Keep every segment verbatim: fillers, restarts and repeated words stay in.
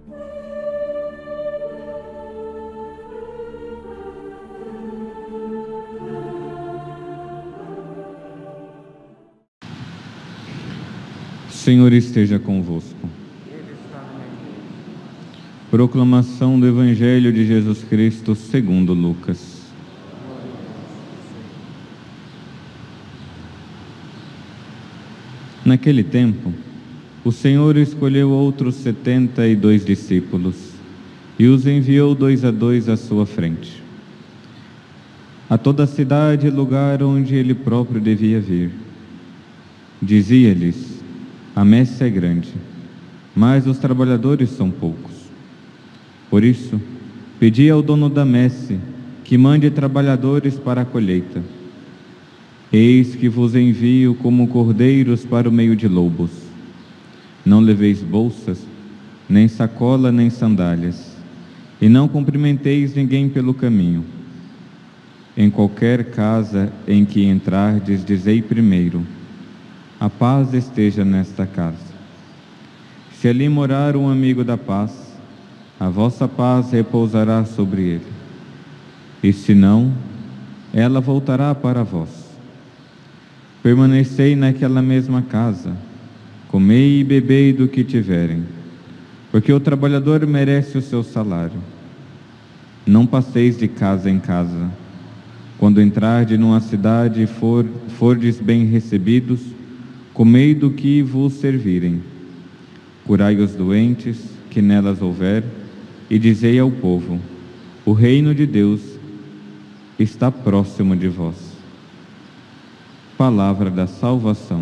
Senhor esteja convosco. Proclamação do Evangelho de Jesus Cristo segundo Lucas. Naquele tempo, o Senhor escolheu outros setenta e dois discípulos e os enviou dois a dois à sua frente, a toda a cidade e lugar onde ele próprio devia vir. Dizia-lhes: a messe é grande, mas os trabalhadores são poucos. Por isso, pedi ao dono da messe que mande trabalhadores para a colheita. Eis que vos envio como cordeiros para o meio de lobos. Não leveis bolsas, nem sacola, nem sandálias, e não cumprimenteis ninguém pelo caminho. Em qualquer casa em que entrardes, dizei primeiro: a paz esteja nesta casa. Se ali morar um amigo da paz, a vossa paz repousará sobre ele. E se não, ela voltará para vós. Permanecei naquela mesma casa, comei e bebei do que tiverem, porque o trabalhador merece o seu salário. Não passeis de casa em casa. Quando entrardes numa cidade e for, fordes bem recebidos, comei do que vos servirem. Curai os doentes que nelas houver, e dizei ao povo: o reino de Deus está próximo de vós. Palavra da salvação.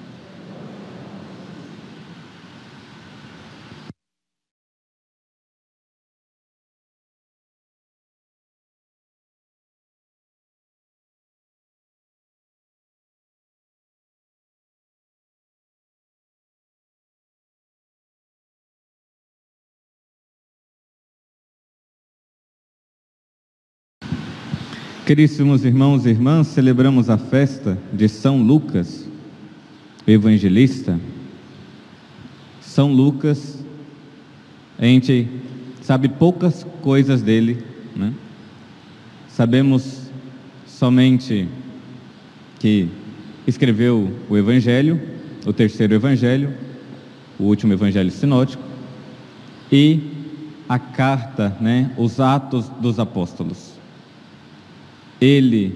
Queríssimos irmãos e irmãs, celebramos a festa de São Lucas, evangelista. São Lucas, a gente sabe poucas coisas dele, né? Sabemos somente que escreveu o Evangelho, o terceiro Evangelho, o último Evangelho sinótico, e a carta, né, os Atos dos Apóstolos. Ele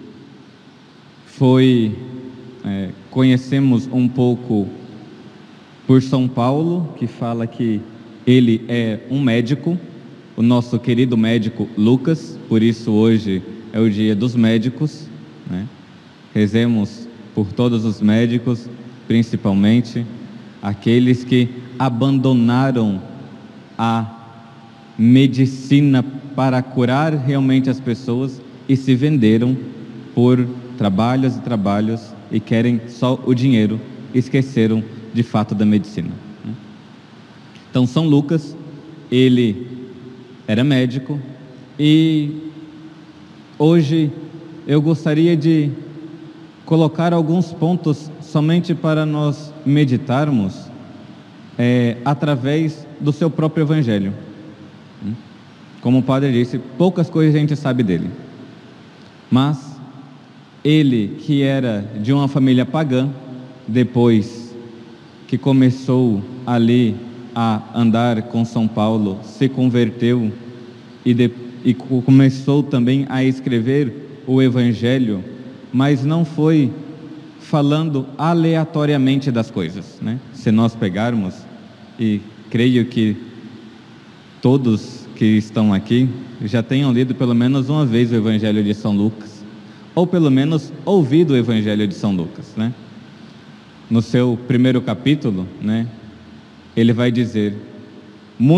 foi, é, conhecemos um pouco por São Paulo, que fala que ele é um médico, o nosso querido médico Lucas, por isso hoje é o dia dos médicos, né? Rezemos por todos os médicos, principalmente aqueles que abandonaram a medicina para curar realmente as pessoas e se venderam por trabalhos e trabalhos e querem só o dinheiro, esqueceram de fato da medicina. Então São Lucas, ele era médico, e hoje eu gostaria de colocar alguns pontos somente para nós meditarmos é, através do seu próprio Evangelho. Como o padre disse, poucas coisas a gente sabe dele. Mas ele, que era de uma família pagã, depois que começou ali a andar com São Paulo, se converteu e, de, e começou também a escrever o Evangelho, mas não foi falando aleatoriamente das coisas, né? Se nós pegarmos, e creio que todos que estão aqui já tenham lido pelo menos uma vez o Evangelho de São Lucas, ou pelo menos ouvido o Evangelho de São Lucas, né? No seu primeiro capítulo, né, ele vai dizer: muito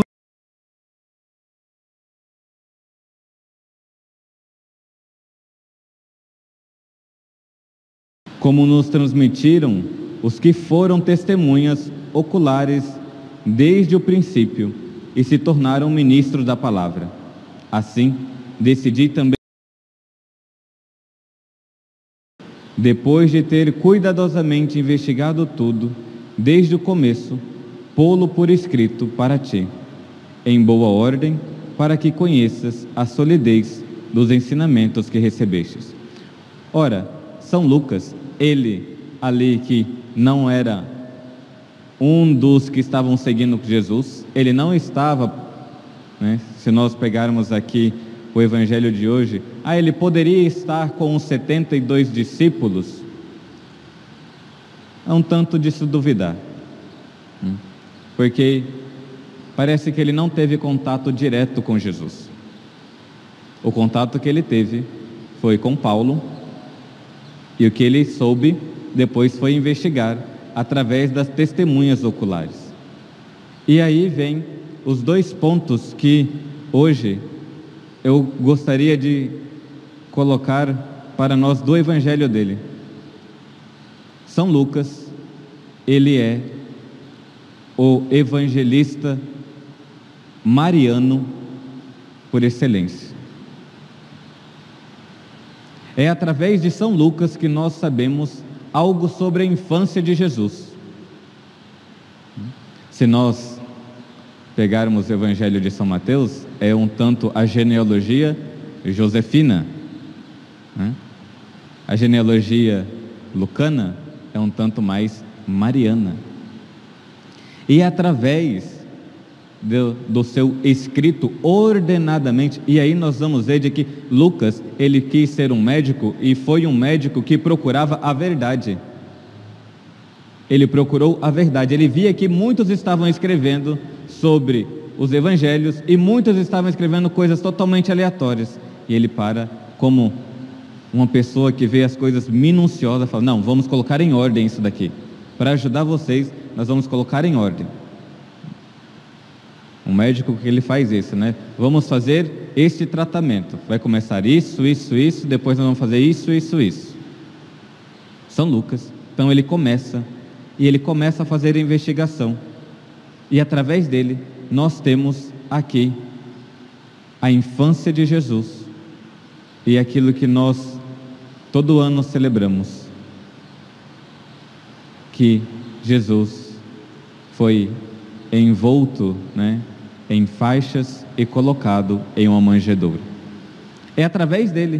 como nos transmitiram os que foram testemunhas oculares desde o princípio e se tornaram ministros da palavra. Assim, decidi também, depois de ter cuidadosamente investigado tudo, desde o começo, pô-lo por escrito para ti, em boa ordem, para que conheças a solidez dos ensinamentos que recebestes. Ora, São Lucas, ele ali que não era um dos que estavam seguindo Jesus, ele não estava, né, se nós pegarmos aqui o evangelho de hoje, ah, ele poderia estar com os setenta e dois discípulos. É um tanto de se duvidar, porque parece que ele não teve contato direto com Jesus. O contato que ele teve foi com Paulo, e o que ele soube depois foi investigar através das testemunhas oculares. E aí vem os dois pontos que hoje eu gostaria de colocar para nós do evangelho dele. São Lucas, ele é o evangelista mariano por excelência. É através de São Lucas que nós sabemos algo sobre a infância de Jesus. Se nós pegarmos o evangelho de São Mateus, é um tanto a genealogia josefina, né? A genealogia lucana é um tanto mais mariana. E através do, do seu escrito ordenadamente, e aí nós vamos ver de que Lucas, ele quis ser um médico, e foi um médico que procurava a verdade. Ele procurou a verdade, ele via que muitos estavam escrevendo sobre os evangelhos, e muitos estavam escrevendo coisas totalmente aleatórias, e ele para como uma pessoa que vê as coisas minuciosas, fala, não, vamos colocar em ordem isso daqui, para ajudar vocês, nós vamos colocar em ordem. Um médico que ele faz isso, né? Vamos fazer este tratamento, vai começar isso, isso, isso, depois nós vamos fazer isso, isso, isso. São Lucas, então ele começa, e ele começa a fazer a investigação, e através dele nós temos aqui a infância de Jesus, e aquilo que nós todo ano celebramos, que Jesus foi envolto, né, em faixas e colocado em uma manjedoura. É através dele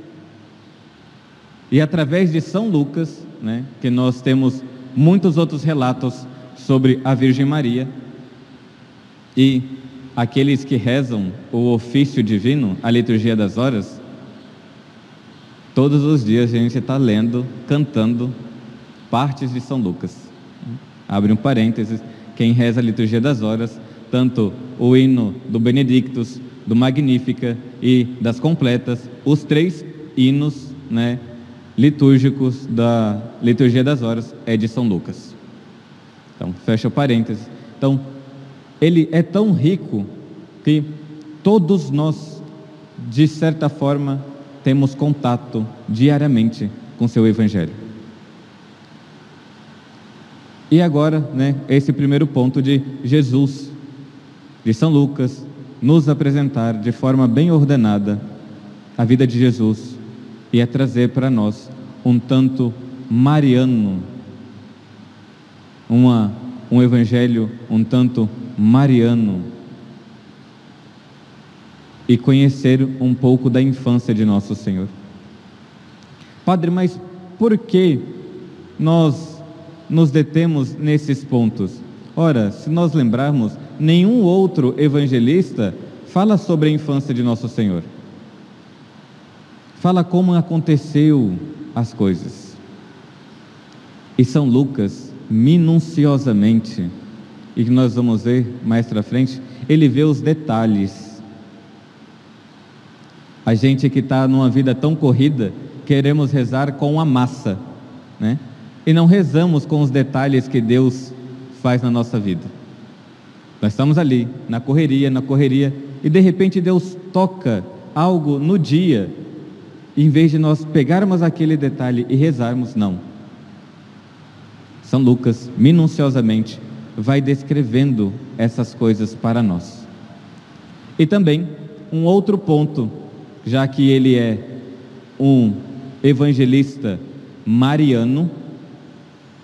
e através de São Lucas, né, que nós temos muitos outros relatos sobre a Virgem Maria, e aqueles que rezam o ofício divino, a liturgia das horas, todos os dias a gente está lendo, cantando partes de São Lucas. Abre um parênteses, quem reza a liturgia das horas, tanto o hino do Benedictus, do Magnífica e das completas, os três hinos, né, litúrgicos da liturgia das horas é de São Lucas. Então, fecha o parênteses. Então, ele é tão rico que todos nós, de certa forma, temos contato diariamente com seu evangelho. E agora, né, esse primeiro ponto de Jesus, de São Lucas, nos apresentar de forma bem ordenada a vida de Jesus, e é trazer para nós um tanto mariano, uma, um evangelho um tanto mariano, e conhecer um pouco da infância de nosso Senhor. Padre, mas por que nós nos detemos nesses pontos? Ora, se nós lembrarmos, nenhum outro evangelista fala sobre a infância de nosso Senhor. Fala como aconteceu as coisas. E São Lucas, minuciosamente, e que nós vamos ver mais para frente, ele vê os detalhes. A gente que está numa vida tão corrida, queremos rezar com a massa, né? E não rezamos com os detalhes que Deus faz na nossa vida. Nós estamos ali, na correria, na correria, e de repente Deus toca algo no dia, e em vez de nós pegarmos aquele detalhe e rezarmos, não. São Lucas, minuciosamente, vai descrevendo essas coisas para nós. E também, um outro ponto, já que ele é um evangelista mariano,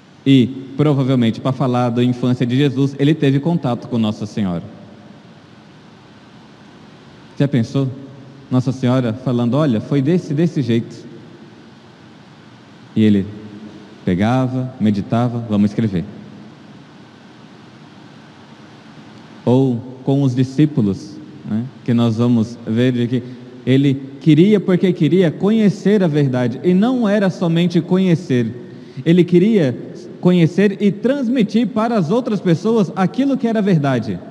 e provavelmente para falar da infância de Jesus, ele teve contato com Nossa Senhora. Já pensou? Nossa Senhora falando, olha, foi desse, desse jeito. E ele pegava, meditava, vamos escrever. Ou com os discípulos, né, que nós vamos ver de que ele queria, porque queria conhecer a verdade, e não era somente conhecer, ele queria conhecer e transmitir para as outras pessoas aquilo que era verdade.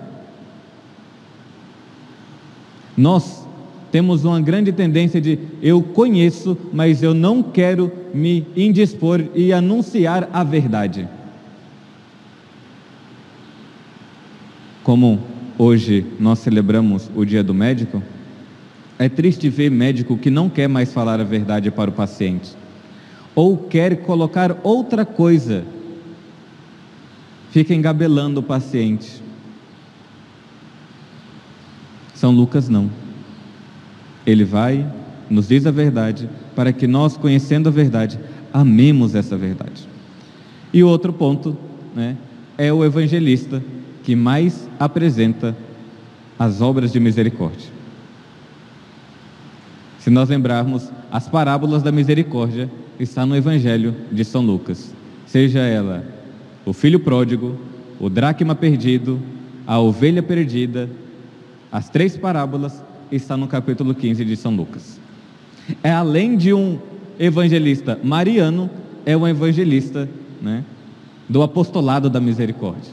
Nós temos uma grande tendência de, eu conheço, mas eu não quero me indispor e anunciar a verdade. Como hoje nós celebramos o Dia do Médico, é triste ver médico que não quer mais falar a verdade para o paciente, ou quer colocar outra coisa, fica engabelando o paciente. São Lucas não. Ele vai, nos diz a verdade, para que nós, conhecendo a verdade, amemos essa verdade. E o outro ponto, né, é o evangelista que mais apresenta as obras de misericórdia. Se nós lembrarmos, as parábolas da misericórdia estão no Evangelho de São Lucas. Seja ela o filho pródigo, o dracma perdido, a ovelha perdida, as três parábolas estão no capítulo quinze de São Lucas. É, além de um evangelista mariano, é um evangelista, né, do apostolado da misericórdia.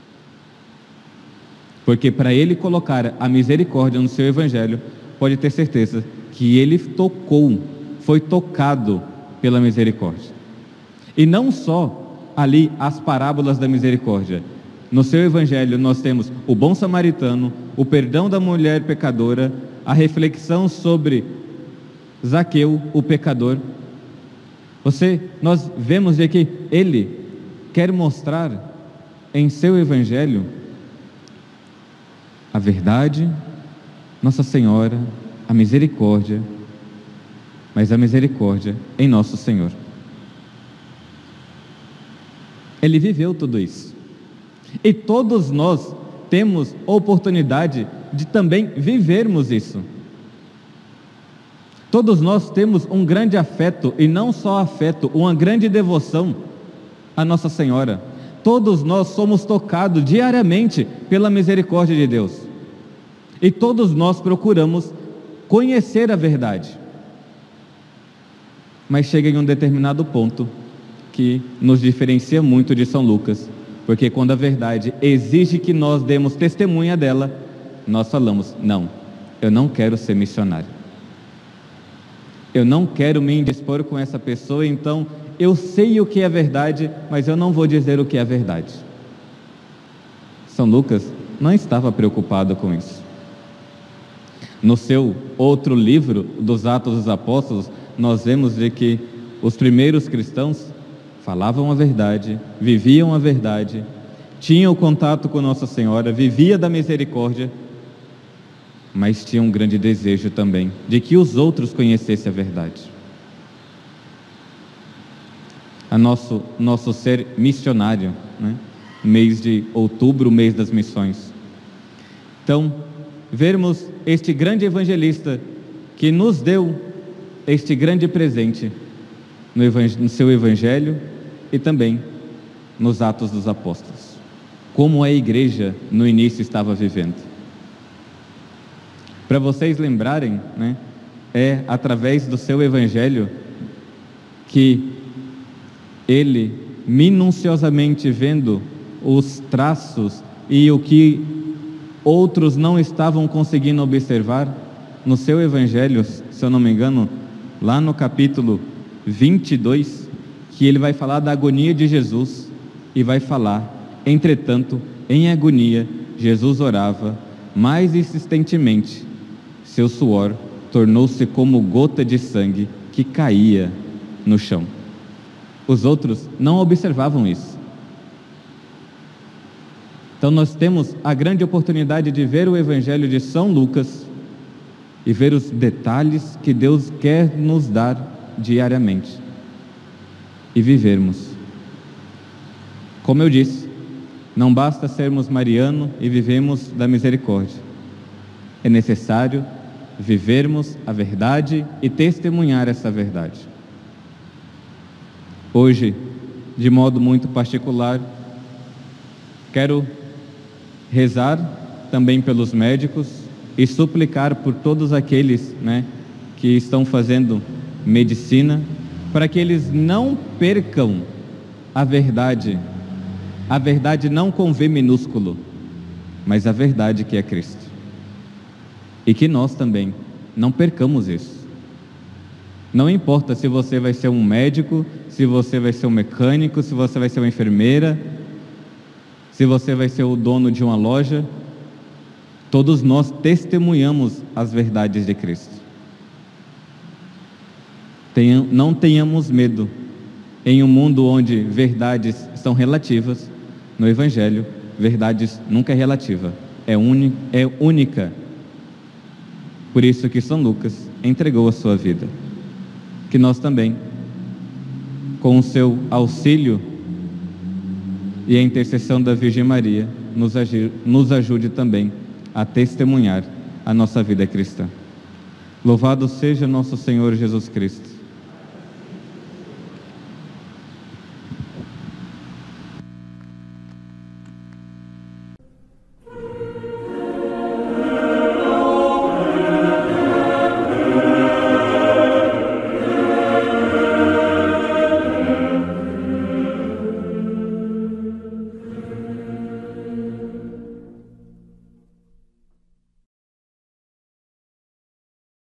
Porque para ele colocar a misericórdia no seu evangelho, pode ter certeza que ele tocou, foi tocado pela misericórdia. E não só ali as parábolas da misericórdia. No seu evangelho nós temos o bom samaritano, o perdão da mulher pecadora, a reflexão sobre Zaqueu, o pecador. Você, nós vemos de que ele quer mostrar em seu evangelho a verdade, Nossa Senhora, a misericórdia, mas a misericórdia em Nosso Senhor. Ele viveu tudo isso. E todos nós temos oportunidade de também vivermos isso. Todos nós temos um grande afeto, e não só afeto, uma grande devoção a Nossa Senhora. Todos nós somos tocados diariamente pela misericórdia de Deus. E todos nós procuramos conhecer a verdade. Mas chega em um determinado ponto que nos diferencia muito de São Lucas, porque quando a verdade exige que nós demos testemunha dela, nós falamos, não, eu não quero ser missionário. Eu não quero me indispor com essa pessoa, então eu sei o que é verdade, mas eu não vou dizer o que é verdade. São Lucas não estava preocupado com isso. No seu outro livro, dos Atos dos Apóstolos, nós vemos de que os primeiros cristãos falavam a verdade, viviam a verdade, tinham contato com Nossa Senhora, vivia da misericórdia, mas tinham um grande desejo também de que os outros conhecessem a verdade. A nosso, nosso ser missionário, né? Mês de outubro, mês das missões. Então, vermos este grande evangelista que nos deu este grande presente no, no seu evangelho e também nos Atos dos Apóstolos. Como a igreja no início estava vivendo. Para vocês lembrarem, né, é através do seu evangelho que ele, minuciosamente vendo os traços e o que outros não estavam conseguindo observar, no seu evangelho, se eu não me engano, lá no capítulo vinte e dois, que ele vai falar da agonia de Jesus e vai falar, entretanto, em agonia, Jesus orava mais insistentemente, seu suor tornou-se como gota de sangue que caía no chão. Os outros não observavam isso. Então nós temos a grande oportunidade de ver o evangelho de São Lucas e ver os detalhes que Deus quer nos dar diariamente e vivermos. Como eu disse, não basta sermos mariano e vivemos da misericórdia. É necessário vivermos a verdade e testemunhar essa verdade. Hoje, de modo muito particular, quero rezar também pelos médicos e suplicar por todos aqueles, né, que estão fazendo medicina, para que eles não percam a verdade, a verdade não com V minúsculo, mas a verdade que é Cristo. E que nós também não percamos isso. Não importa se você vai ser um médico, se você vai ser um mecânico, se você vai ser uma enfermeira, se você vai ser o dono de uma loja, todos nós testemunhamos as verdades de Cristo. Tenham, não tenhamos medo. Em um mundo onde verdades são relativas, no Evangelho, verdades nunca é relativa, é, uni, é única. Por isso que São Lucas entregou a sua vida. Que nós também, com o seu auxílio e a intercessão da Virgem Maria, nos, agir, nos ajude também a testemunhar a nossa vida cristã. Louvado seja nosso Senhor Jesus Cristo.